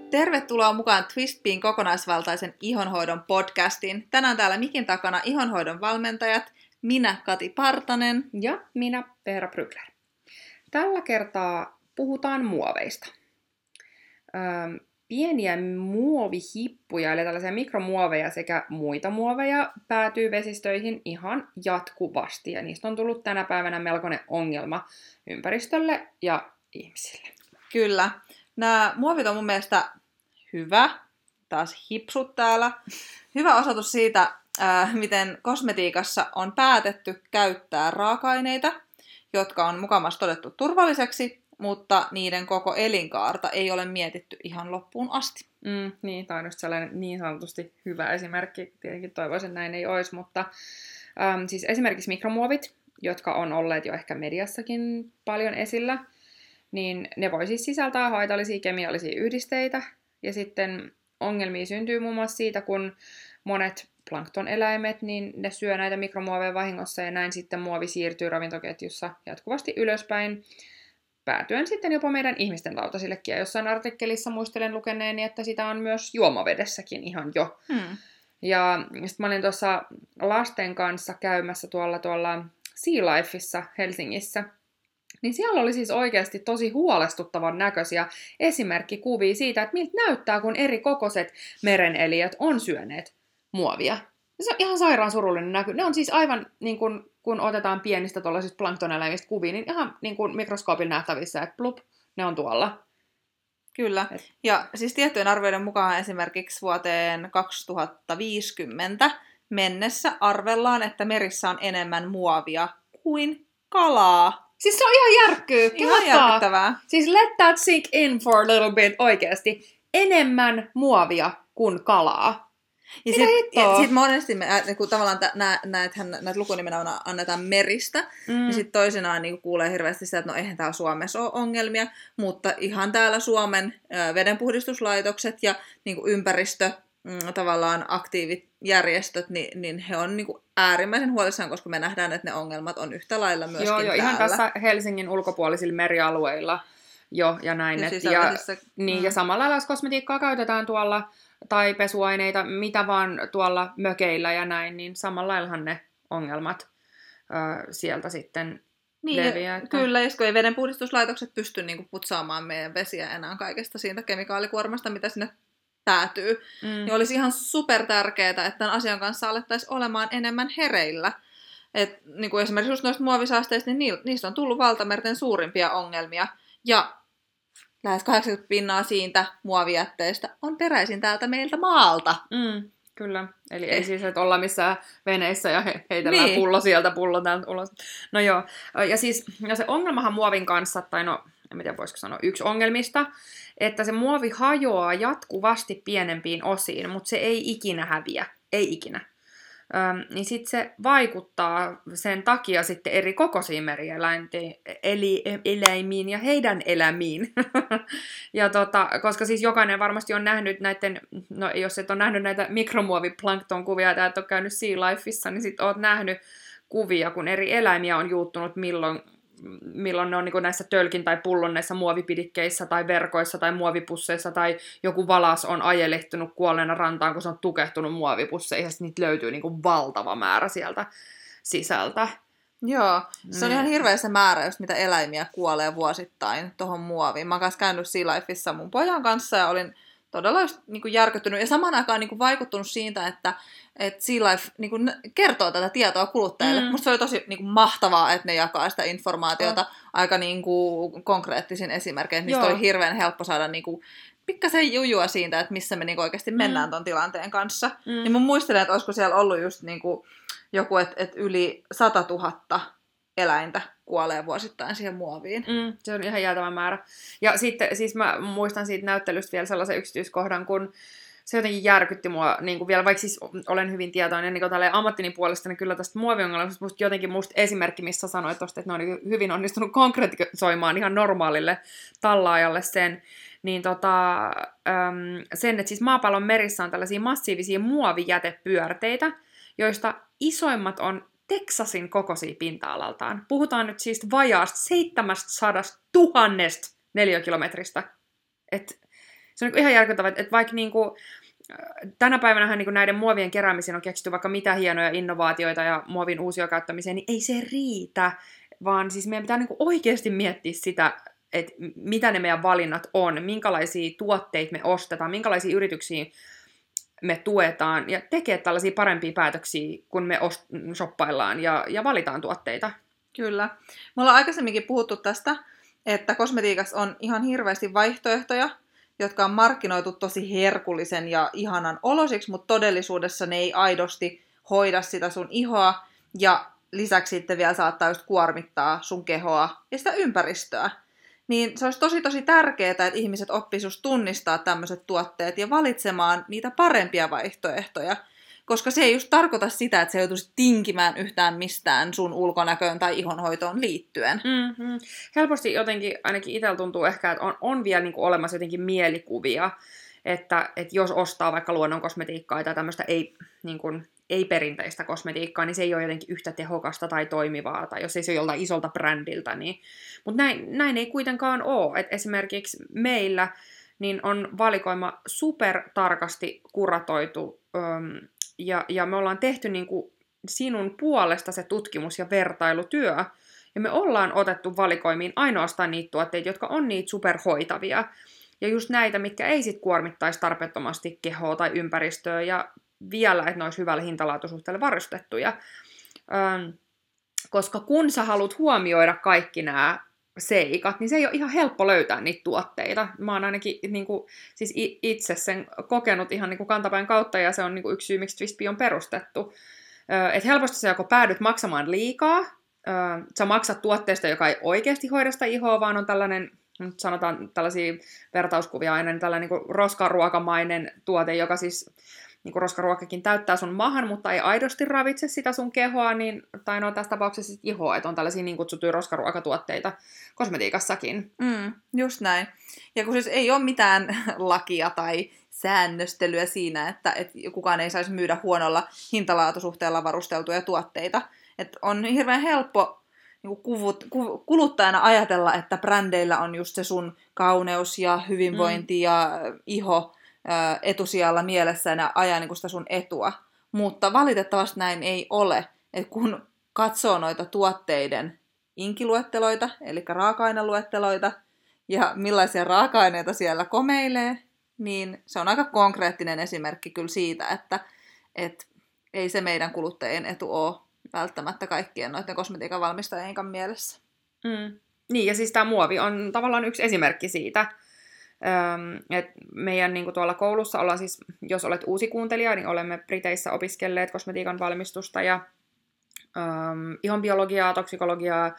Tervetuloa mukaan Twistbeen kokonaisvaltaisen ihonhoidon podcastiin. Tänään täällä mikin takana ihonhoidon valmentajat, minä Kati Partanen ja minä Veera Brygler. Tällä kertaa puhutaan muoveista. Pieniä muovihippuja, eli tällaisia mikromuoveja sekä muita muoveja päätyy vesistöihin ihan jatkuvasti. Ja niistä on tullut tänä päivänä melkoinen ongelma ympäristölle ja ihmisille. Kyllä. Nämä muovit on mun mielestä hyvä, taas hipsut täällä, hyvä osoitus siitä, miten kosmetiikassa on päätetty käyttää raaka-aineita, jotka on mukamassa todettu turvalliseksi, mutta niiden koko elinkaarta ei ole mietitty ihan loppuun asti. Niin, tämä on just sellainen niin sanotusti hyvä esimerkki. Tietenkin toivoisin, että näin ei olisi, mutta siis esimerkiksi mikromuovit, jotka on olleet jo ehkä mediassakin paljon esillä, niin ne voi siis sisältää haitallisia kemiallisia yhdisteitä, ja sitten ongelmia syntyy muun muassa siitä, kun monet planktoneläimet, niin ne syö näitä mikromuoveja vahingossa, ja näin sitten muovi siirtyy ravintoketjussa jatkuvasti ylöspäin, päätyen sitten jopa meidän ihmisten lautasillekin. Ja jossain artikkelissa muistelen lukeneeni, että sitä on myös juomavedessäkin ihan jo. Ja sitten mä olin tuossa lasten kanssa käymässä tuolla Sea Lifeissa Helsingissä, niin siellä oli siis oikeasti tosi huolestuttavan näköisiä esimerkkikuvia siitä, että miltä näyttää, kun eri kokoiset mereneliöt on syöneet muovia. Ja se on ihan sairaan surullinen näky. Ne on siis aivan, niin kun otetaan pienistä tuollaisista planktoneläimistä kuvia, niin ihan niin kuin mikroskoopin nähtävissä, että plup, ne on tuolla. Kyllä. Ja siis tiettyjen arvioiden mukaan esimerkiksi vuoteen 2050 mennessä arvellaan, että merissä on enemmän muovia kuin kalaa. Siis se on ihan järkkyy. Ihan järkyttävää. Siis let that sink in for a little bit oikeasti. Enemmän muovia kuin kalaa. Ja sitten monesti kun tavallaan näitä lukunimenä annetaan meristä, niin sitten toisinaan niin kuulee hirveästi sitä, että no eihän täällä Suomessa ole ongelmia, mutta ihan täällä Suomen vedenpuhdistuslaitokset ja niin ympäristö, tavallaan aktiivit järjestöt, niin he on niin äärimmäisen huolissaan, koska me nähdään, että ne ongelmat on yhtä lailla myöskin täällä. Ihan tässä Helsingin ulkopuolisilla merialueilla jo ja näin. Ja samalla lailla, jos kosmetiikkaa käytetään tuolla, tai pesuaineita, mitä vaan tuolla mökeillä ja näin, niin samalla laillahan ne ongelmat sieltä sitten leviää. Että... Kyllä, jos ei vedenpuhdistuslaitokset pysty niinku putsaamaan meidän vesiä enää kaikesta siitä kemikaalikuormasta, mitä sinne päätyy, niin olisi ihan super tärkeää, että tämän asian kanssa alettaisiin olemaan enemmän hereillä. Et, niin kuin esimerkiksi just noista muovisaasteista, niin niistä on tullut valtamerten suurimpia ongelmia, ja lähes 80% siitä muovijätteestä on peräisin täältä meiltä maalta. Kyllä. Eli ei siis, että olla missään veneissä ja heitellään pullo sieltä, pullo täältä ulos. No joo. Ja siis se ongelmahan muovin kanssa, tai no, en tiedä voisiko sanoa, yksi ongelmista, että se muovi hajoaa jatkuvasti pienempiin osiin, mutta se ei ikinä häviä. Ei ikinä. Niin sitten se vaikuttaa sen takia sitten eri kokoisiin merieläimiin ja heidän elämiin. Ja koska siis jokainen varmasti on nähnyt näiden, no jos et ole nähnyt näitä mikromuoviplankton-kuvia tai et ole käynyt Sea Lifeissa, niin sitten oot nähnyt kuvia, kun eri eläimiä on juuttunut milloin ne on niin näissä tölkin tai pullon näissä muovipidikkeissä tai verkoissa tai muovipusseissa tai joku valas on ajelehtunut kuolleena rantaan, kun se on tukehtunut muovipusseihin ja niitä löytyy niin valtava määrä sieltä sisältä. Joo, se on ihan hirveä se määrä, just mitä eläimiä kuolee vuosittain tuohon muoviin. Mä oon kanssa käynyt Sea Lifeissa mun pojan kanssa ja olin todella just niin järkyttynyt ja samaan aikaan niin vaikuttunut siitä, että Sea Life niin kertoo tätä tietoa kuluttajille. Musta se oli tosi niin mahtavaa, että ne jakaa sitä informaatiota aika niin konkreettisin esimerkkein. Niistä oli hirveän helppo saada niin pikkasen jujua siitä, että missä me niin oikeasti mennään ton tilanteen kanssa. Ja mä muistelen, että olisiko siellä ollut just niin joku, että yli 100 000 eläintä kuolee vuosittain siihen muoviin. Se on ihan jäätävä määrä. Ja sitten siis mä muistan siitä näyttelystä vielä sellaisen yksityiskohdan, kun se jotenkin järkytti mua niin kuin vielä, vaikka siis olen hyvin tietoinen niin ammattini puolesta, niin kyllä tästä muoviongelmasta musta esimerkki, missä sanoit tosta, että ne on hyvin onnistunut konkretisoimaan ihan normaalille tallaajalle sen, niin sen, että siis maapallon merissä on tällaisia massiivisia muovijätepyörteitä, joista isoimmat on Teksasin kokoisia pinta-alaltaan. Puhutaan nyt siis vajaasta 700 000 neliökilometristä. Se on ihan järkyttävää, että vaikka niinku, tänä päivänä niinku näiden muovien keräämiseen on keksitty vaikka mitä hienoja innovaatioita ja muovin uusiokäyttämiseen, niin ei se riitä, vaan siis meidän pitää niinku oikeasti miettiä sitä, että mitä ne meidän valinnat on, minkälaisia tuotteita me ostetaan, minkälaisia yrityksiä me tuetaan ja tekee tällaisia parempia päätöksiä, kun me shoppaillaan ja valitaan tuotteita. Kyllä. Me ollaan aikaisemminkin puhuttu tästä, että kosmetiikassa on ihan hirveästi vaihtoehtoja, jotka on markkinoitu tosi herkullisen ja ihanan olosiksi, mutta todellisuudessa ne ei aidosti hoida sitä sun ihoa ja lisäksi sitten vielä saattaa just kuormittaa sun kehoa ja sitä ympäristöä. Niin se olisi tosi tärkeää, että ihmiset oppisivat tunnistaa tämmöiset tuotteet ja valitsemaan niitä parempia vaihtoehtoja. Koska se ei just tarkoita sitä, että se joutuisi tinkimään yhtään mistään sun ulkonäköön tai ihonhoitoon liittyen. Mm-hmm. Helposti jotenkin, ainakin itsellä tuntuu ehkä, että on vielä niinku olemassa jotenkin mielikuvia, että jos ostaa vaikka luonnon kosmetiikkaa tai tämmöistä ei-perinteistä kosmetiikkaa, niin se ei ole jotenkin yhtä tehokasta tai toimivaa, tai jos ei se ole joltain isolta brändiltä. Niin. Mutta näin ei kuitenkaan ole. Et esimerkiksi meillä niin on valikoima supertarkasti kuratoitu, ja me ollaan tehty niinku sinun puolesta se tutkimus- ja vertailutyö, ja me ollaan otettu valikoimiin ainoastaan niitä tuotteita, jotka on niitä superhoitavia, ja just näitä, mitkä ei sit kuormittaisi tarpeettomasti kehoa tai ympäristöä, ja vielä, että ne olisi hyvällä hintalaatuisuhteelle varustettuja. Koska kun sä haluat huomioida kaikki nämä seikat, niin se ei ole ihan helppo löytää niitä tuotteita. Mä oon ainakin siis itse sen kokenut ihan kantapään kautta, ja se on yksi syy, miksi Twistbee on perustettu. Että helposti sä joko päädyt maksamaan liikaa, sä maksat tuotteesta, joka ei oikeasti hoida sitä ihoa, vaan on tällainen, sanotaan tällaisia vertauskuvia aina, niin tällainen roskaruokamainen tuote, joka siis roskaruokakin täyttää sun mahan, mutta ei aidosti ravitse sitä sun kehoa, tai tässä tapauksessa sit ihoa, että on tällaisia niin kutsuttuja roskaruokatuotteita kosmetiikassakin. Just näin. Ja kun siis ei ole mitään lakia tai säännöstelyä siinä, että kukaan ei saisi myydä huonolla hintalaatusuhteella varusteltuja tuotteita. Et on hirveän helppo kuluttajana ajatella, että brändeillä on just se sun kauneus ja hyvinvointi ja iho etusijalla mielessä ja ajaa sitä sun etua. Mutta valitettavasti näin ei ole. Et kun katsoo noita tuotteiden inkiluetteloita, eli raaka-aineluetteloita, ja millaisia raaka-aineita siellä komeilee, niin se on aika konkreettinen esimerkki kyllä siitä, että ei se meidän kuluttajien etu ole välttämättä kaikkien noiden kosmetiikan valmistajien mielessä. Niin, ja siis tämä muovi on tavallaan yksi esimerkki siitä, että meidän tuolla koulussa ollaan siis, jos olet uusi kuuntelija, niin olemme Briteissä opiskelleet kosmetiikan valmistusta ja ihonbiologiaa, toksikologiaa,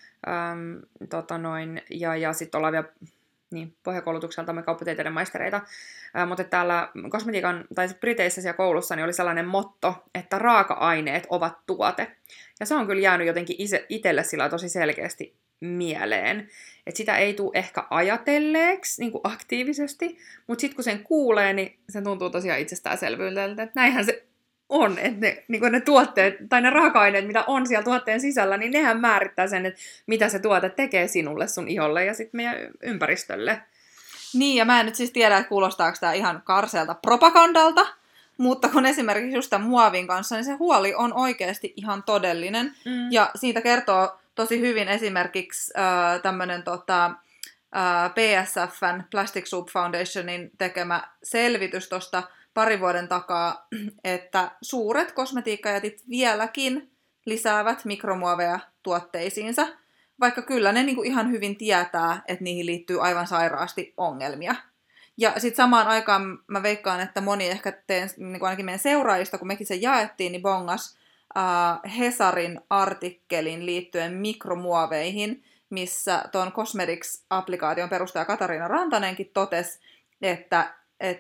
ja sitten ollaan vielä pohjakoulutukseltamme kauppatieteiden maistereita. Mutta täällä kosmetiikan, tai Briteissä siellä koulussa, niin oli sellainen motto, että raaka-aineet ovat tuote. Ja se on kyllä jäänyt jotenkin itselle sillä tosi selkeästi mieleen. Että sitä ei tule ehkä ajatelleeksi aktiivisesti, mutta sitten kun sen kuulee, niin se tuntuu tosiaan itsestäänselvyydeltä, että näinhän se on, että ne tuotteet tai ne raaka-aineet, mitä on siellä tuotteen sisällä, niin nehän määrittää sen, että mitä se tuote tekee sinulle, sun iholle ja sitten meidän ympäristölle. Niin, ja mä en nyt siis tiedä, että kuulostaako tämä ihan karseelta propagandalta, mutta kun esimerkiksi just tämän muovin kanssa, niin se huoli on oikeasti ihan todellinen. Ja siitä kertoo tosi hyvin esimerkiksi tämmöinen PSFn Plastic Soup Foundationin tekemä selvitys tuosta pari vuoden takaa, että suuret kosmetiikkajätit vieläkin lisäävät mikromuoveja tuotteisiinsa, vaikka kyllä ne ihan hyvin tietää, että niihin liittyy aivan sairaasti ongelmia. Ja sitten samaan aikaan mä veikkaan, että moni ehkä ainakin meidän seuraajista, kun mekin sen jaettiin, niin bongas Hesarin artikkelin liittyen mikromuoveihin, missä tuon Cosmetics-applikaation perustaja Katariina Rantanenkin totesi, että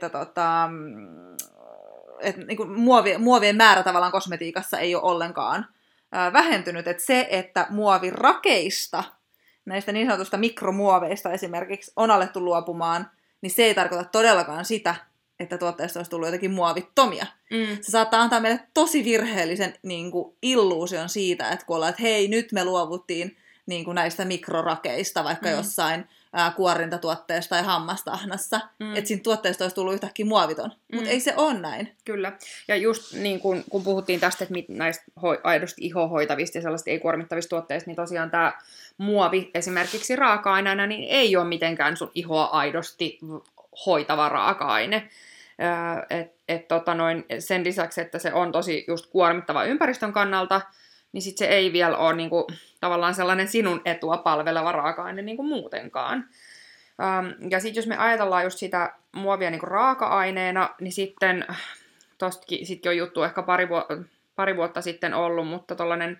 muovien määrä tavallaan kosmetiikassa ei ole ollenkaan vähentynyt. Että se, että muovirakeista, näistä niin sanotusta mikromuoveista esimerkiksi, on alettu luopumaan, niin se ei tarkoita todellakaan sitä, että tuotteesta olisi tullut jotenkin muovittomia. Se saattaa antaa meille tosi virheellisen illuusion siitä, että kun ollaan, että hei, nyt me luovuttiin näistä mikrorakeista vaikka jossain kuorintatuotteessa tai hammastahnassa, että siinä tuotteesta olisi tullut yhtäkkiä muoviton. Mutta ei se ole näin. Kyllä. Ja just niin kun puhuttiin tästä, että näistä aidosti ihohoitavista ja sellaista ei-kuormittavista tuotteista, niin tosiaan tämä muovi esimerkiksi raaka-aineena niin ei ole mitenkään sun ihoa aidosti hoitava raaka-aine. Sen lisäksi, että se on tosi just kuormittava ympäristön kannalta, niin sit se ei vielä ole niinku, tavallaan sellainen sinun etua palveleva raaka-aine niinku muutenkaan. Ja sitten jos me ajatellaan just sitä muovia niinku raaka-aineena, niin sitten tostakin on juttu ehkä pari vuotta sitten ollut, mutta tollainen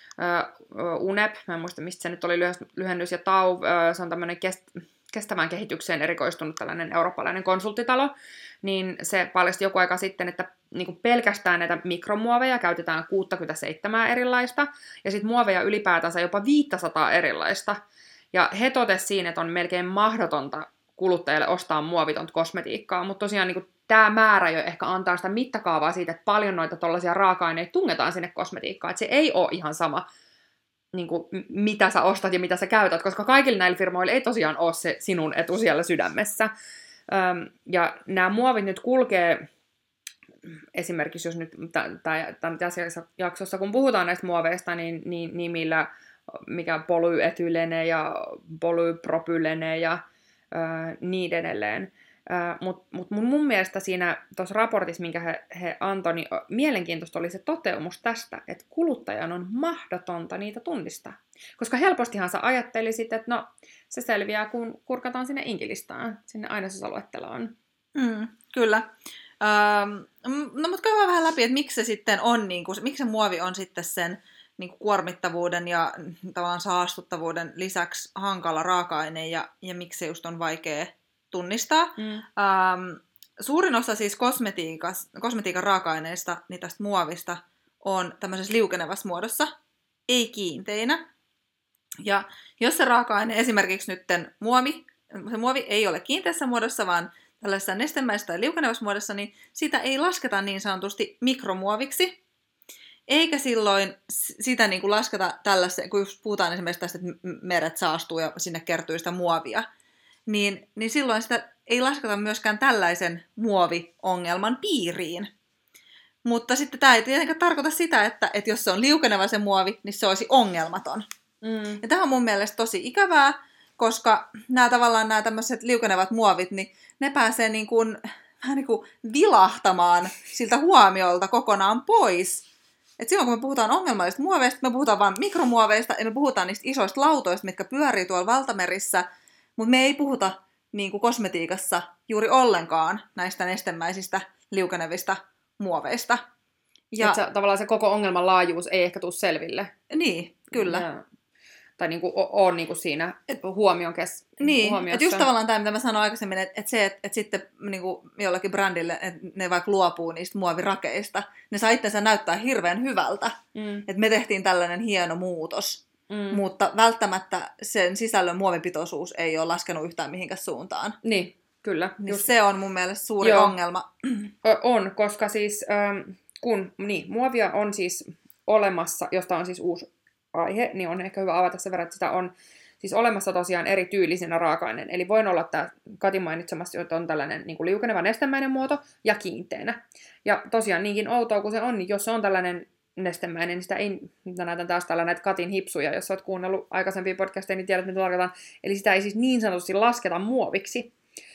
UNEP, mä en muista mistä se nyt oli lyhennys, ja TAU, se on tämmöinen kestävään kehitykseen erikoistunut tällainen eurooppalainen konsulttitalo, niin se paljasti joku aika sitten, että niinku pelkästään näitä mikromuoveja käytetään 67 erilaista, ja sitten muoveja ylipäätänsä jopa 500 erilaista. Ja he totesivat siinä, että on melkein mahdotonta kuluttajalle ostaa muovitonta kosmetiikkaa, mutta tosiaan niinku tämä määrä jo ehkä antaa sitä mittakaavaa siitä, että paljon noita tollaisia raaka-aineita tungetaan sinne kosmetiikkaan, että se ei ole ihan sama, niin kuin, mitä sä ostat ja mitä sä käytät, koska kaikilla näillä firmoilla ei tosiaan ole se sinun etu siellä sydämessä. Ja nämä muovit nyt kulkee, esimerkiksi jos nyt tässä jaksossa, kun puhutaan näistä muoveista, niin nimillä mikä polyetylene ja polypropylene ja niin edelleen. Mutta mun mielestä siinä tuossa raportissa, minkä he antoi, niin mielenkiintoista oli se toteamus tästä, että kuluttajan on mahdotonta niitä tunnistaa. Koska helpostihan sä ajattelisit, että no se selviää, kun kurkataan sinne inkilistaan, sinne ainesosaluetteloon. Kyllä. No mutta käydään vähän läpi, että miksi se sitten on, niin kuin, miksi se muovi on sitten sen niin kuin kuormittavuuden ja tavallaan saastuttavuuden lisäksi hankala raaka-aine ja miksi se just on vaikea tunnistaa. Suurin osa siis kosmetiikan raaka-aineista, niin tästä muovista, on tämmöisessä liukenevassa muodossa, ei kiinteinä. Ja jos se raaka-aine, esimerkiksi nyt se muovi ei ole kiinteässä muodossa, vaan tällaisessa nestemäisessä tai liukenevassa muodossa, niin sitä ei lasketa niin sanotusti mikromuoviksi. Eikä silloin sitä niin kuin lasketa tällaisen, kun just puhutaan esimerkiksi tästä, että meret saastuu ja sinne kertyy sitä muovia, niin silloin sitä ei lasketa myöskään tällaisen muoviongelman piiriin. Mutta sitten tämä ei tietenkään tarkoita sitä, että jos se on liukeneva se muovi, niin se olisi ongelmaton. Ja tämä on mun mielestä tosi ikävää, koska nämä tämmöiset liukenevat muovit, niin ne pääsee vähän niin kuin vilahtamaan siltä huomiolta kokonaan pois. Et silloin kun me puhutaan ongelmallisista muoveista, me puhutaan vain mikromuoveista ja me puhutaan niistä isoista lautoista, mitkä pyörii tuolla valtamerissä, mutta me ei puhuta niin kuin kosmetiikassa juuri ollenkaan näistä nestemäisistä liukenevista muoveista. Ja tavallaan se koko ongelman laajuus ei ehkä tule selville. Niin, kyllä. Tai niinku on niinku siinä huomiossa. Niin, että just tavallaan tämä, mitä mä sanoin aikaisemmin, että sitten niinku jollakin brändille, että ne vaikka luopuu niistä muovirakeista, ne saa itsensä näyttää hirveän hyvältä. Että me tehtiin tällainen hieno muutos, mutta välttämättä sen sisällön muovipitoisuus ei ole laskenut yhtään mihinkään suuntaan. Niin, kyllä. Niin se on mun mielestä suuri ongelma. On, koska siis muovia on siis olemassa, josta on siis uusi aihe, niin on ehkä hyvä avata sen verran, että sitä on siis olemassa tosiaan eri tyylisinä raaka-aineen. Eli voin olla tämä Katin mainitsemassa, että on tällainen niin kuin liukeneva nestemäinen muoto ja kiinteenä. Ja tosiaan niinkin outoa kuin se on, niin jos se on tällainen nestemäinen, niin sitä ei, nyt näytän taas täällä näitä Katin hipsuja, jos olet kuunnellut aikaisempia podcasteja, niin tiedät, mitä tarkoitan. Eli sitä ei siis niin sanotusti lasketa muoviksi.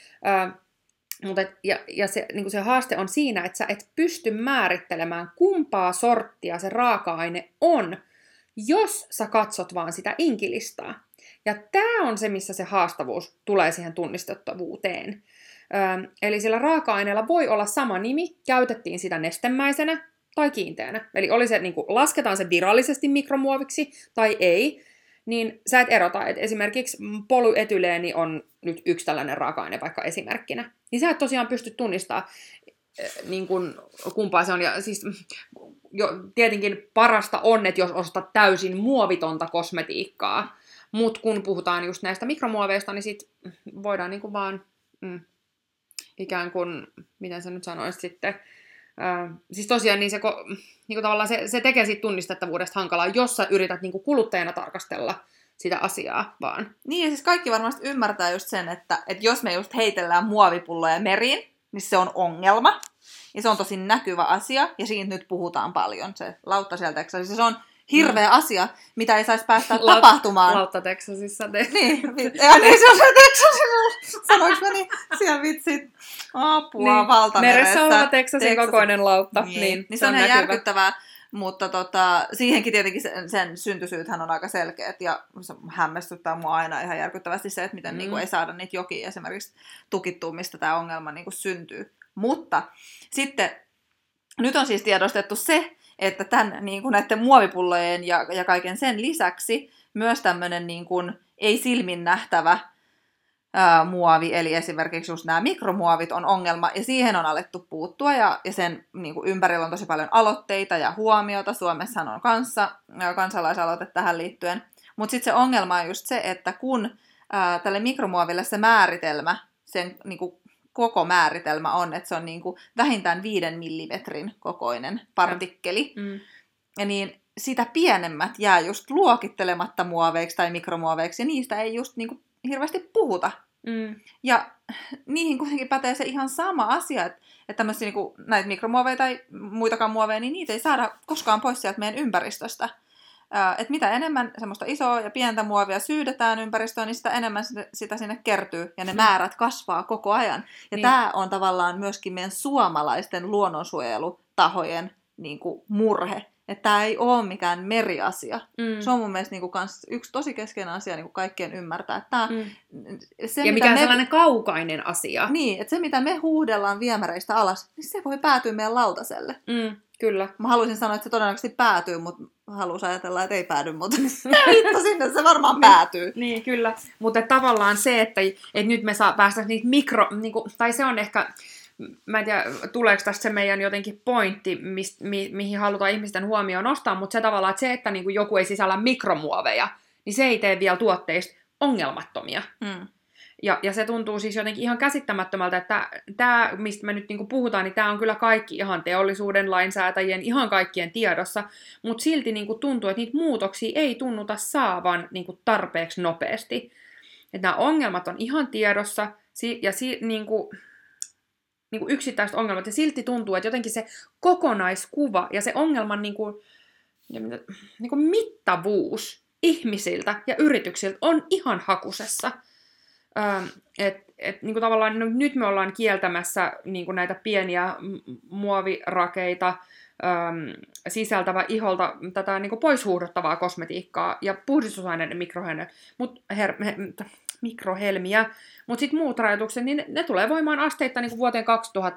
Ja se, niin kuin se haaste on siinä, että sä et pysty määrittelemään, kumpaa sorttia se raaka-aine on, jos sä katsot vaan sitä inkilistaa. Ja tämä on se, missä se haastavuus tulee siihen tunnistettavuuteen. Eli sillä raaka-aineella voi olla sama nimi, käytettiin sitä nestemäisenä tai kiinteänä. Eli oli se, niin kuin, lasketaan se virallisesti mikromuoviksi tai ei, niin sä et erota, että esimerkiksi polyetyleeni on nyt yksi tällainen raaka-aine vaikka esimerkkinä. Niin sä et tosiaan pysty tunnistamaan, niin kuin, kumpaa se on. Ja siis tietenkin parasta on, että jos ostat täysin muovitonta kosmetiikkaa, mutta kun puhutaan just näistä mikromuoveista, niin sit voidaan niinku vaan ikään kuin, miten sä nyt sanoisit sitten, siis tosiaan niin niinku tavallaan se tekee siitä tunnistettavuudesta hankalaa, jos sä yrität niinku kuluttajana tarkastella sitä asiaa vaan. Niin, ja siis kaikki varmasti ymmärtää just sen, että jos me just heitellään muovipulloja meriin, niin se on ongelma. Ja se on tosi näkyvä asia, ja siitä nyt puhutaan paljon. Se lautta siellä Teksasissa, se on hirveä asia, mitä ei saisi päästä tapahtumaan. Lautta Teksasissa. Niin, ja niin se on se Teksasissa. Sanoinko mä niin? Siellä vitsit. Apua niin, valtameressä. Meressä oleva Teksasin kokoinen lautta. Niin se on ihan järkyttävää. Mutta siihenkin tietenkin sen syntysyythän on aika selkeät ja se hämmästyttää mua aina ihan järkyttävästi se, että miten niinku ei saada niitä jokia esimerkiksi tukittua, mistä tämä ongelma niinku syntyy. Mutta sitten nyt on siis tiedostettu se, että tämän, niin kuin näiden muovipullojen ja kaiken sen lisäksi myös tämmöinen niin kuin ei silmin nähtävä muovi, eli esimerkiksi just nämä mikromuovit on ongelma, ja siihen on alettu puuttua, ja sen niin kuin ympärillä on tosi paljon aloitteita ja huomiota. Suomessahan on kansalaisaloite tähän liittyen. Mutta sitten se ongelma on just se, että kun tälle mikromuoville se määritelmä, sen niin kuin koko määritelmä on, että se on niin kuin vähintään 5 millimetrin kokoinen partikkeli, ja niin sitä pienemmät jää just luokittelematta muoveiksi tai mikromuoveiksi, ja niistä ei just niin kuin hirveästi puhuta. Ja niihin kuitenkin pätee se ihan sama asia, että tämmöisiä niin kuin näitä mikromuoveja tai muitakaan muoveja, niin niitä ei saada koskaan pois sieltä meidän ympäristöstä. Että mitä enemmän semmoista isoa ja pientä muovia syydetään ympäristöön, niin sitä enemmän sitä sinne kertyy, ja ne määrät kasvaa koko ajan. Ja tämä on tavallaan myöskin meidän suomalaisten luonnonsuojelutahojen niin kuin murhe. Että tämä ei ole mikään meriasia. Se on mun mielestä niinku kans yksi tosi keskeinen asia niinku kaikkien ymmärtää. Että ja mikä on sellainen kaukainen asia. Niin, että se mitä me huudellaan viemäreistä alas, niin se voi päätyä meidän lautaselle. Kyllä. Mä haluaisin sanoa, että se todennäköisesti päätyy, mutta haluaisin ajatella, että ei päädy, mutta hitto sinne se varmaan päätyy. Niin, kyllä. Mutta tavallaan se, että nyt me päästään niitä tai se on ehkä... Mä en tiedä, tuleeko tästä se meidän jotenkin pointti, mihin halutaan ihmisten huomioon nostaa, mutta se tavallaan, että se, että niin kuin joku ei sisällä mikromuoveja, niin se ei tee vielä tuotteista ongelmattomia. Ja se tuntuu siis jotenkin ihan käsittämättömältä, että tämä, mistä me nyt niin kuin puhutaan, niin tämä on kyllä kaikki ihan teollisuuden, lainsäätäjien, ihan kaikkien tiedossa, mutta silti niin kuin tuntuu, että niitä muutoksia ei tunnuta saavan niin kuin tarpeeksi nopeasti. Että nämä ongelmat on ihan tiedossa, ja niin kuin yksittäiset ongelmat, ja silti tuntuu, että jotenkin se kokonaiskuva ja se ongelman niin kuin mittavuus ihmisiltä ja yrityksiltä on ihan hakusessa. Niin kuin tavallaan nyt me ollaan kieltämässä niin kuin näitä pieniä muovirakeita sisältävä iholta tätä niin kuin poishuuhdottavaa kosmetiikkaa ja puhdistusaineiden mikrohelmiä, mutta sitten muut rajoitukset, niin ne tulee voimaan asteittain niin kuin vuoteen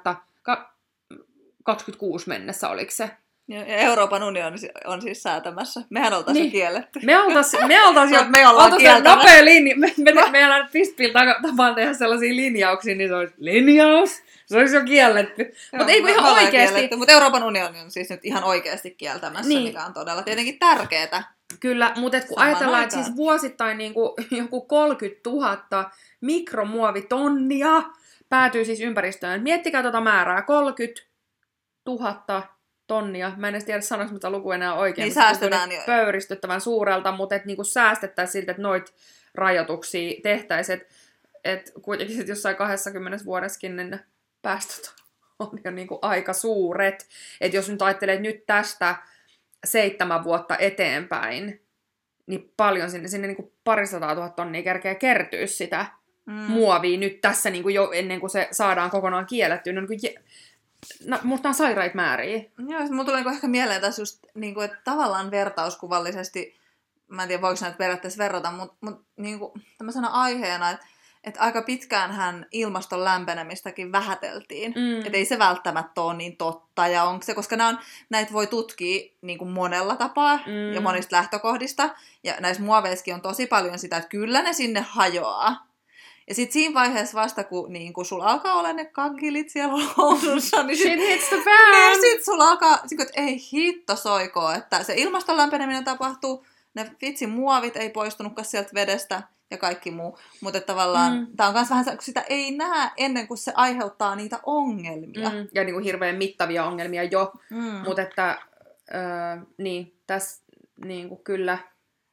2026 mennessä, oliko se? Ja Euroopan unioni on siis säätämässä. Mehän oltaisiin jo kielletty. Me oltaisiin jo nopea linja. Meillä Fistpil tapaan tehdä sellaisia linjauksia, niin se olisi linjaus. Se olisi jo kielletty. Mutta ei ihan oikeasti. Mutta Euroopan unioni on siis nyt ihan oikeasti kieltämässä, mikä on todella tietenkin tärkeää. Kyllä, mutta kun ajatellaan, että siis vuosittain niin kuin joku 30 000 mikromuovitonnia päätyy siis ympäristöön. Miettikää tuota määrää, 30 000 tonnia. Mä en edes tiedä, sanoinko mitä luku enää oikein. Niin säästetään jo. Pöyristyttävän suurelta, mutta että niinku säästettäisiin siltä, että noita rajoituksia tehtäisiin. Että kuitenkin jossain 20 vuodessakin niin päästöt on jo niinku aika suuret. Että jos nyt ajattelee, että nyt tästä 7 vuotta eteenpäin, niin paljon sinne niinku 200 000 tonnia kertyy sitä muovia nyt tässä niinku jo ennen kuin se saadaan kokonaan kiellettyä. No, musta on sairaita määriä. Joo, mulla tulee ehkä mieleen tässä just, niinku, että tavallaan vertauskuvallisesti, mä en tiedä voiko näitä periaatteessa verrata, mutta niinku, tämmöisenä aiheena, että aika pitkäänhän ilmaston lämpenemistäkin vähäteltiin. Että ei se välttämättä ole niin totta. Ja onko se, koska näitä voi tutkia niinku monella tapaa ja monista lähtökohdista. Ja näissä muoveissakin on tosi paljon sitä, että kyllä ne sinne hajoaa. Ja sitten siinä vaiheessa vasta, kun sulla alkaa olla ne kaggilit siellä housussa, niin shit hits the fan! Niin sit sulla alkaa, että ei hitto soikoo, että se ilmaston lämpeneminen tapahtuu, ne vitsin muovit ei poistunutkaan sieltä vedestä ja kaikki muu. Mutta tavallaan tää on myös vähän kun sitä ei näe ennen kuin se aiheuttaa niitä ongelmia. Ja niin kuin hirveän mittavia ongelmia jo. Mutta että niin, tässä niin kuin kyllä...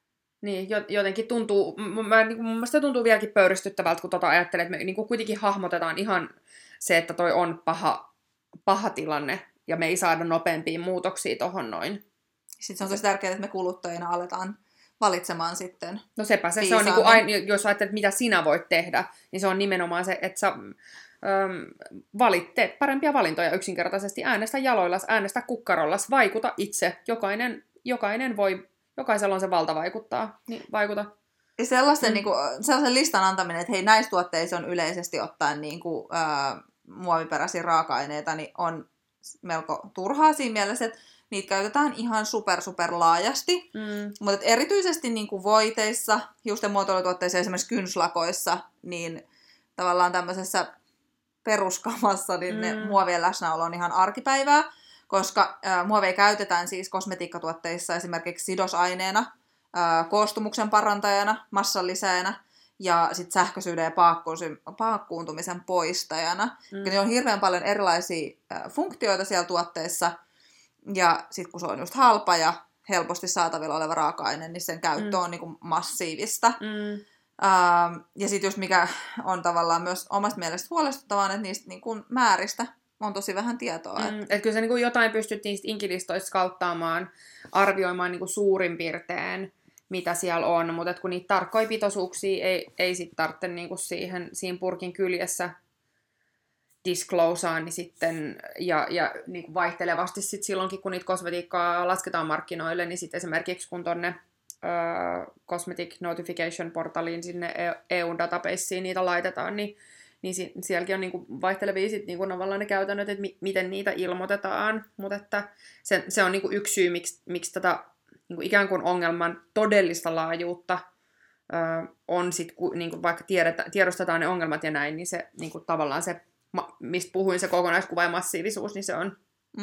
Niin, jotenkin tuntuu, mun mielestä tuntuu vieläkin pöyristyttävältä, kun ajattelee, että me niin kuin kuitenkin hahmotetaan ihan se, että toi on paha tilanne, ja me ei saada nopeampia muutoksia tohon noin. Sitten se on tosi tärkeää, että me kuluttajina aletaan valitsemaan sitten. No sepä se on niin kuin, jos ajattelet, mitä sinä voit tehdä, niin se on nimenomaan se, että sä valitte parempia valintoja yksinkertaisesti. Äänestä jaloillas, äänestä kukkarollas, vaikuta itse. Jokaisella on se valta vaikuttaa. Niin vaikuta. Ja sellaisen listan antaminen, että hei, näissä tuotteissa on yleisesti ottaen muoviperäisiä raaka-aineita, niin on melko turhaa siinä mielessä, että niitä käytetään ihan super laajasti. Mutta erityisesti niin kuin voiteissa, just- ja muotoilutuotteissa, esimerkiksi kynslakoissa, niin tavallaan tämmöisessä peruskamassa, niin ne muovien läsnäolo on ihan arkipäivää, koska muoveja käytetään siis kosmetiikkatuotteissa esimerkiksi sidosaineena, koostumuksen parantajana, massan lisääjänä ja sitten sähköisyyden ja paakkuuntumisen poistajana. Niin on hirveän paljon erilaisia funktioita siellä tuotteissa, ja sitten kun se on just halpa ja helposti saatavilla oleva raaka-aine, niin sen käyttö on niinku massiivista. Ja sitten just mikä on tavallaan myös omasta mielestä huolestuttavaa, että niistä niinku määristä on tosi vähän tietoa. Että kyllä se niinku jotain pystyt niistä inkilistoista skauttaamaan, arvioimaan niinku suurin piirtein, mitä siellä on, mutta kun niitä tarkkoja pitoisuuksia ei sitten tarvitse niinku siinä purkin kyljessä disclosaan, niin sitten, ja niin vaihtelevasti sit silloinkin, kun niitä kosmetiikkaa lasketaan markkinoille, niin sitten esimerkiksi kun tonne Cosmetic Notification-portaliin sinne EU-databaseen niitä laitetaan, niin sielläkin on niinku vaihtelevia sit niinku tavallaan ne käytännöt, että miten niitä ilmoitetaan, mutta että se on niinku yksi syy, miksi tätä niinku ikään kuin ongelman todellista laajuutta on sit, niinku vaikka tiedostetaan ne ongelmat ja näin, niin se niinku tavallaan se, mistä puhuin, se kokonaiskuva ja massiivisuus, niin se on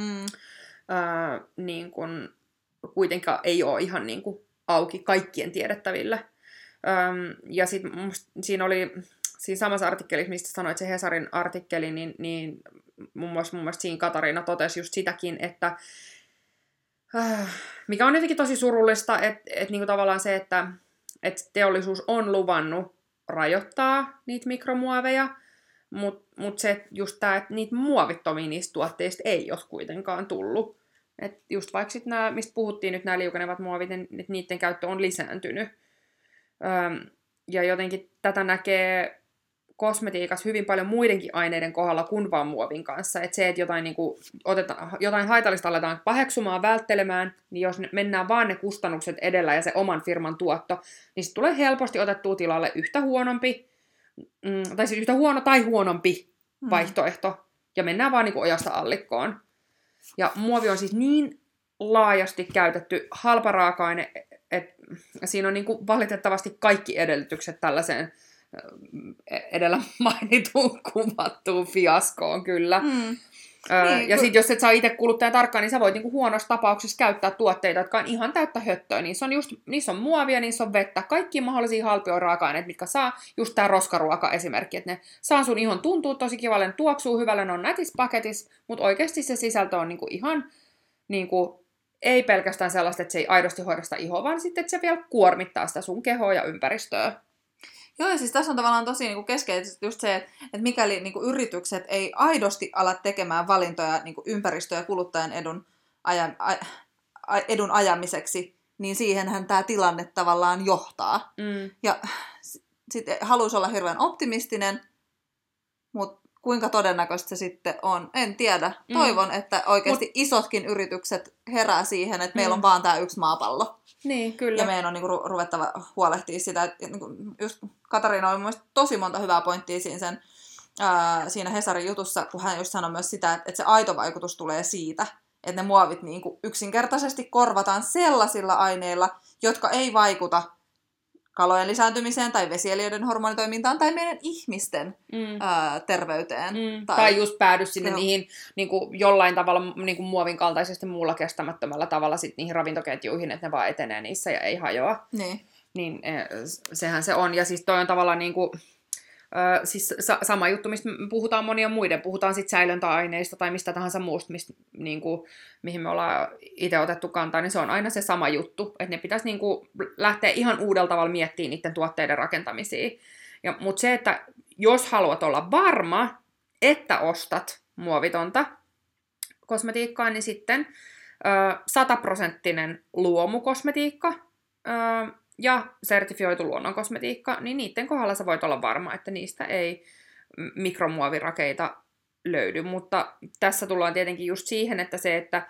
niin kuin, kuitenkaan ei ole ihan niin kuin auki kaikkien tiedettävillä. Ja sitten siinä samassa artikkelissa, mistä sanoit se Hesarin artikkeli, niin mun mielestä siinä Katariina totesi just sitäkin, että mikä on jotenkin tosi surullista, että niinku tavallaan se, että teollisuus on luvannut rajoittaa niitä mikromuoveja, mutta se just tämä, että niitä muovittomia niistä tuotteista ei ole kuitenkaan tullut. Et just vaikka sitten nämä, mistä puhuttiin nyt, nämä liukenevat muovit, että niiden käyttö on lisääntynyt. Ja jotenkin tätä näkee kosmetiikassa hyvin paljon muidenkin aineiden kohdalla kuin vaan muovin kanssa. Että se, että jotain haitallista aletaan paheksumaan, välttelemään, niin jos mennään vaan ne kustannukset edellä ja se oman firman tuotto, niin sitten tulee helposti otettua tilalle yhtä huonompi, tai siis yhtä huono tai huonompi vaihtoehto, ja mennään vaan niin kuin ojasta allikkoon. Ja muovi on siis niin laajasti käytetty halpa raaka-aine, että siinä on niin kuin valitettavasti kaikki edellytykset tällaiseen edellä mainituun kuvattuun fiaskoon kyllä. Niin, ja sitten jos et saa itse kuluttaja tarkkaan, niin sä voit niinku huonossa tapauksessa käyttää tuotteita, jotka on ihan täyttä höttöä. Niissä on muovia, niissä on vettä, kaikki mahdollisia halpia raaka-aineita, mitkä saa, just tää roskaruoka esimerkki, että ne saa sun ihon tuntuu tosi kivalle, ne tuoksuu hyvälle, ne on nätissä paketissa, mutta oikeasti se sisältö on niinku ihan niinku, ei pelkästään sellaista, että se ei aidosti hoida sitä ihoa, vaan sitten, että se vielä kuormittaa sitä sun kehoa ja ympäristöä. Joo, ja siis tässä on tavallaan tosi niinku keskeisesti just se, että mikäli niinku yritykset ei aidosti ala tekemään valintoja niinku ympäristö- ja kuluttajan edun ajamiseksi, niin siihenhän tämä tilanne tavallaan johtaa. Ja sitten haluaisi olla hirveän optimistinen, mutta kuinka todennäköistä se sitten on, en tiedä. Toivon, että oikeasti isotkin yritykset herää siihen, että meillä on vaan tämä yksi maapallo. Niin, kyllä. Ja meidän on niinku ruvettava huolehtia sitä. Että niinku, just Katariina oli mielestäni tosi monta hyvää pointtia siinä Hesarin jutussa, kun hän just sanoi myös sitä, että se aito vaikutus tulee siitä, että ne muovit niinku yksinkertaisesti korvataan sellaisilla aineilla, jotka ei vaikuta kalojen lisääntymiseen tai vesieliöiden hormonitoimintaan tai meidän ihmisten terveyteen. Tai just päädy sinne niihin niin kuin jollain tavalla niin kuin muovin kaltaisesti muulla kestämättömällä tavalla sit niihin ravintoketjuihin, että ne vaan etenee niissä ja ei hajoa. Niin sehän se on. Ja siis toi on tavallaan niin kuin, Siis sama juttu, mistä puhutaan monia muiden. Puhutaan sitten säilöntäaineista tai mistä tahansa muusta, niinku, mihin me ollaan itse otettu kantaa, niin se on aina se sama juttu. Että ne pitäisi niinku lähteä ihan uudella tavalla miettimään niiden tuotteiden rakentamisia. Mutta se, että jos haluat olla varma, että ostat muovitonta kosmetiikkaa, niin sitten 100% luomukosmetiikka ja sertifioitu luonnonkosmetiikka, niin niiden kohdalla sä voit olla varma, että niistä ei mikromuovirakeita löydy. Mutta tässä tullaan tietenkin just siihen, että se, että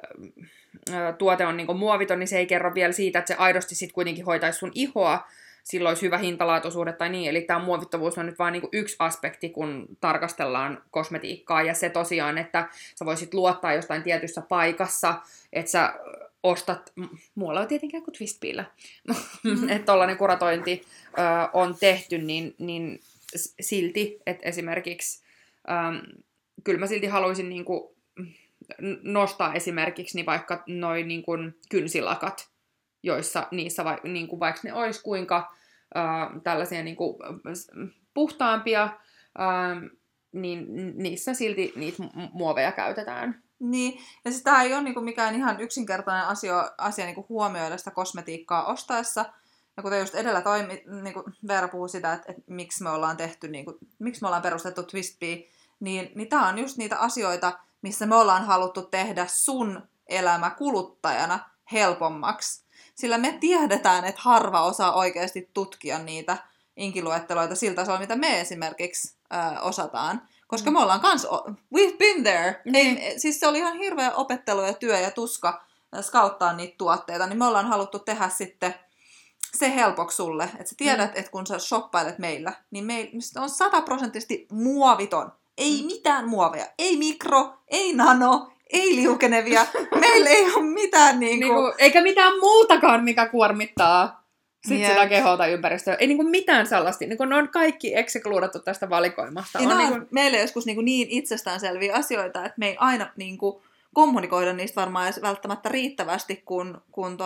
tuote on niinku muoviton, niin se ei kerro vielä siitä, että se aidosti sit kuitenkin hoitaisi sun ihoa, silloin olisi hyvä hintalaatuisuudet tai niin. Eli tämä muovittavuus on nyt vain niinku yksi aspekti, kun tarkastellaan kosmetiikkaa. Ja se tosiaan, että sä voisit luottaa jostain tietyssä paikassa, että sä ostat, muualla on tietenkään kuin Twistbillä, että tollainen kuratointi on tehty, niin silti, että esimerkiksi, kyllä mä silti haluaisin niinku nostaa esimerkiksi niin vaikka noin niinku kynsilakat, joissa niissä niinku, vaikka ne olisi kuinka tällaisia niinku, puhtaampia, niin niissä silti niitä muoveja käytetään. Niin, ja siis tämä ei ole niinku mikään ihan yksinkertainen asia niinku huomioida sitä kosmetiikkaa ostaessa. Ja kuten just edellä niinku Veera puhui sitä, että miksi me ollaan tehty, niinku, miksi me ollaan perustettu Twistbee, niin tämä on just niitä asioita, missä me ollaan haluttu tehdä sun elämä kuluttajana helpommaksi. Sillä me tiedetään, että harva osaa oikeasti tutkia niitä inkiluetteloita siltä tasolla, mitä me esimerkiksi osataan. Koska me ollaan kans, we've been there. Siis se oli ihan hirveä opettelu ja työ ja tuska skauttaa niitä tuotteita, niin me ollaan haluttu tehdä sitten se helpoksi sulle. Että sä tiedät, että kun sä shoppailet meillä, niin meillä on 100% muoviton. Ei mitään muoveja. Ei mikro, ei nano, ei liukenevia. Meillä ei ole mitään niinku... Eikä mitään muutakaan, mikä kuormittaa sitten sitä kehoa tai ympäristöä. Ei niinku mitään sellaista. Niinku ne on kaikki eksekluudattu tästä valikoimasta. On niinku... Meille joskus niin itsestäänselviä asioita, että me ei aina niinku kommunikoida niistä varmaan edes välttämättä riittävästi, kun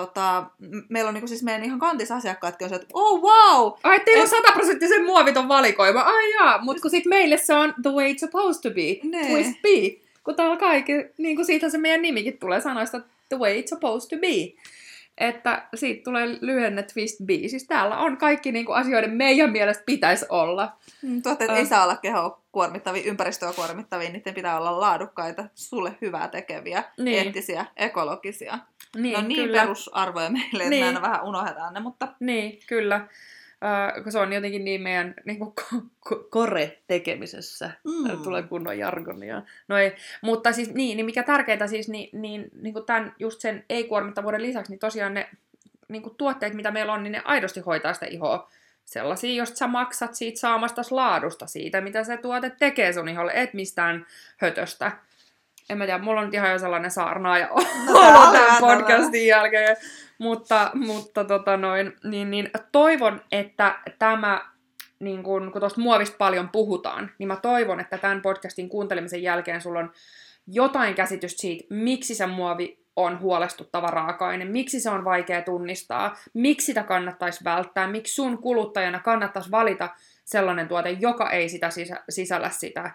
meillä on niinku siis meidän ihan kantisasiakkaatkin on se, että oh wow! Ai, teillä on 100% muoviton valikoima. Ai jaa, mutta kun sit meille se on the way it's supposed to be. Twistbee. Kun täällä kaikki, niin kuin siitä se meidän nimikin tulee sanoista the way it's supposed to be. Että siitä tulee lyhenne Twistbee. Siis täällä on kaikki niin kuin asioiden meidän mielestä pitäisi olla. Tuotteet ei saa olla kehoa kuormittavia, ympäristöä kuormittavia, niiden pitää olla laadukkaita, sulle hyvää tekeviä, eettisiä, ekologisia. Niin, no niin kyllä. Perusarvoja meille, että me aina vähän unohdetaan ne, mutta... Niin, kyllä. Kun se on jotenkin niin meidän niin kuin core-tekemisessä. Tulee kunnon jargonia. No ei. Mutta siis niin mikä tärkeintä siis, niin kuin tämän just sen ei-kuormittavuuden lisäksi, niin tosiaan ne niin kuin tuotteet, mitä meillä on, niin ne aidosti hoitaa sitä ihoa. Sellaisia, jos sä maksat siitä saamastasi laadusta, siitä mitä se tuote tekee sun iholle, et mistään hötöstä. En mä tiedä, mulla on nyt ihan jo sellainen saarnaaja olo tämän podcastin jälkeen. Mutta niin toivon, että tämä, niin kun tuosta muovista paljon puhutaan, niin mä toivon, että tämän podcastin kuuntelemisen jälkeen sulla on jotain käsitystä siitä, miksi se muovi on huolestuttava raaka-aine, miksi se on vaikea tunnistaa, miksi sitä kannattaisi välttää, miksi sun kuluttajana kannattaisi valita sellainen tuote, joka ei sitä sisällä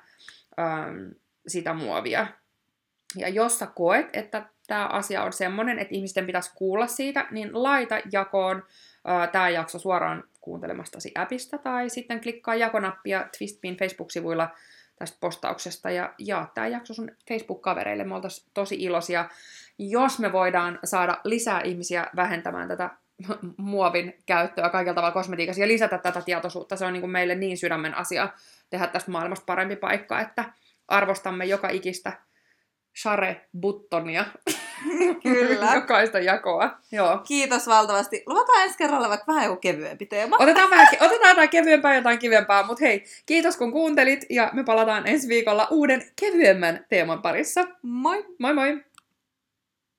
sitä muovia. Ja jos sä koet, että tämä asia on semmoinen, että ihmisten pitäisi kuulla siitä, niin laita jakoon tämä jakso suoraan kuuntelemastasi appista, tai sitten klikkaa jakonappia Twistbeen Facebook-sivuilla tästä postauksesta, ja jaa tämä jakso sun Facebook-kavereille. Me oltaisiin tosi iloisia, jos me voidaan saada lisää ihmisiä vähentämään tätä muovin käyttöä kaikella tavalla kosmetiikassa, ja lisätä tätä tietoisuutta. Se on niin kuin meille niin sydämen asia tehdä tästä maailmasta parempi paikka, että arvostamme joka ikistä share-buttonia. Kyllä. Jokaista jakoa. Joo. Kiitos valtavasti. Luvataan ensi kerralla vaikka vähän joku kevyempi teema. Otetaan jotain kevyempää, jotain kivempää, mutta hei, kiitos kun kuuntelit, ja me palataan ensi viikolla uuden kevyemmän teeman parissa. Moi! Moi moi!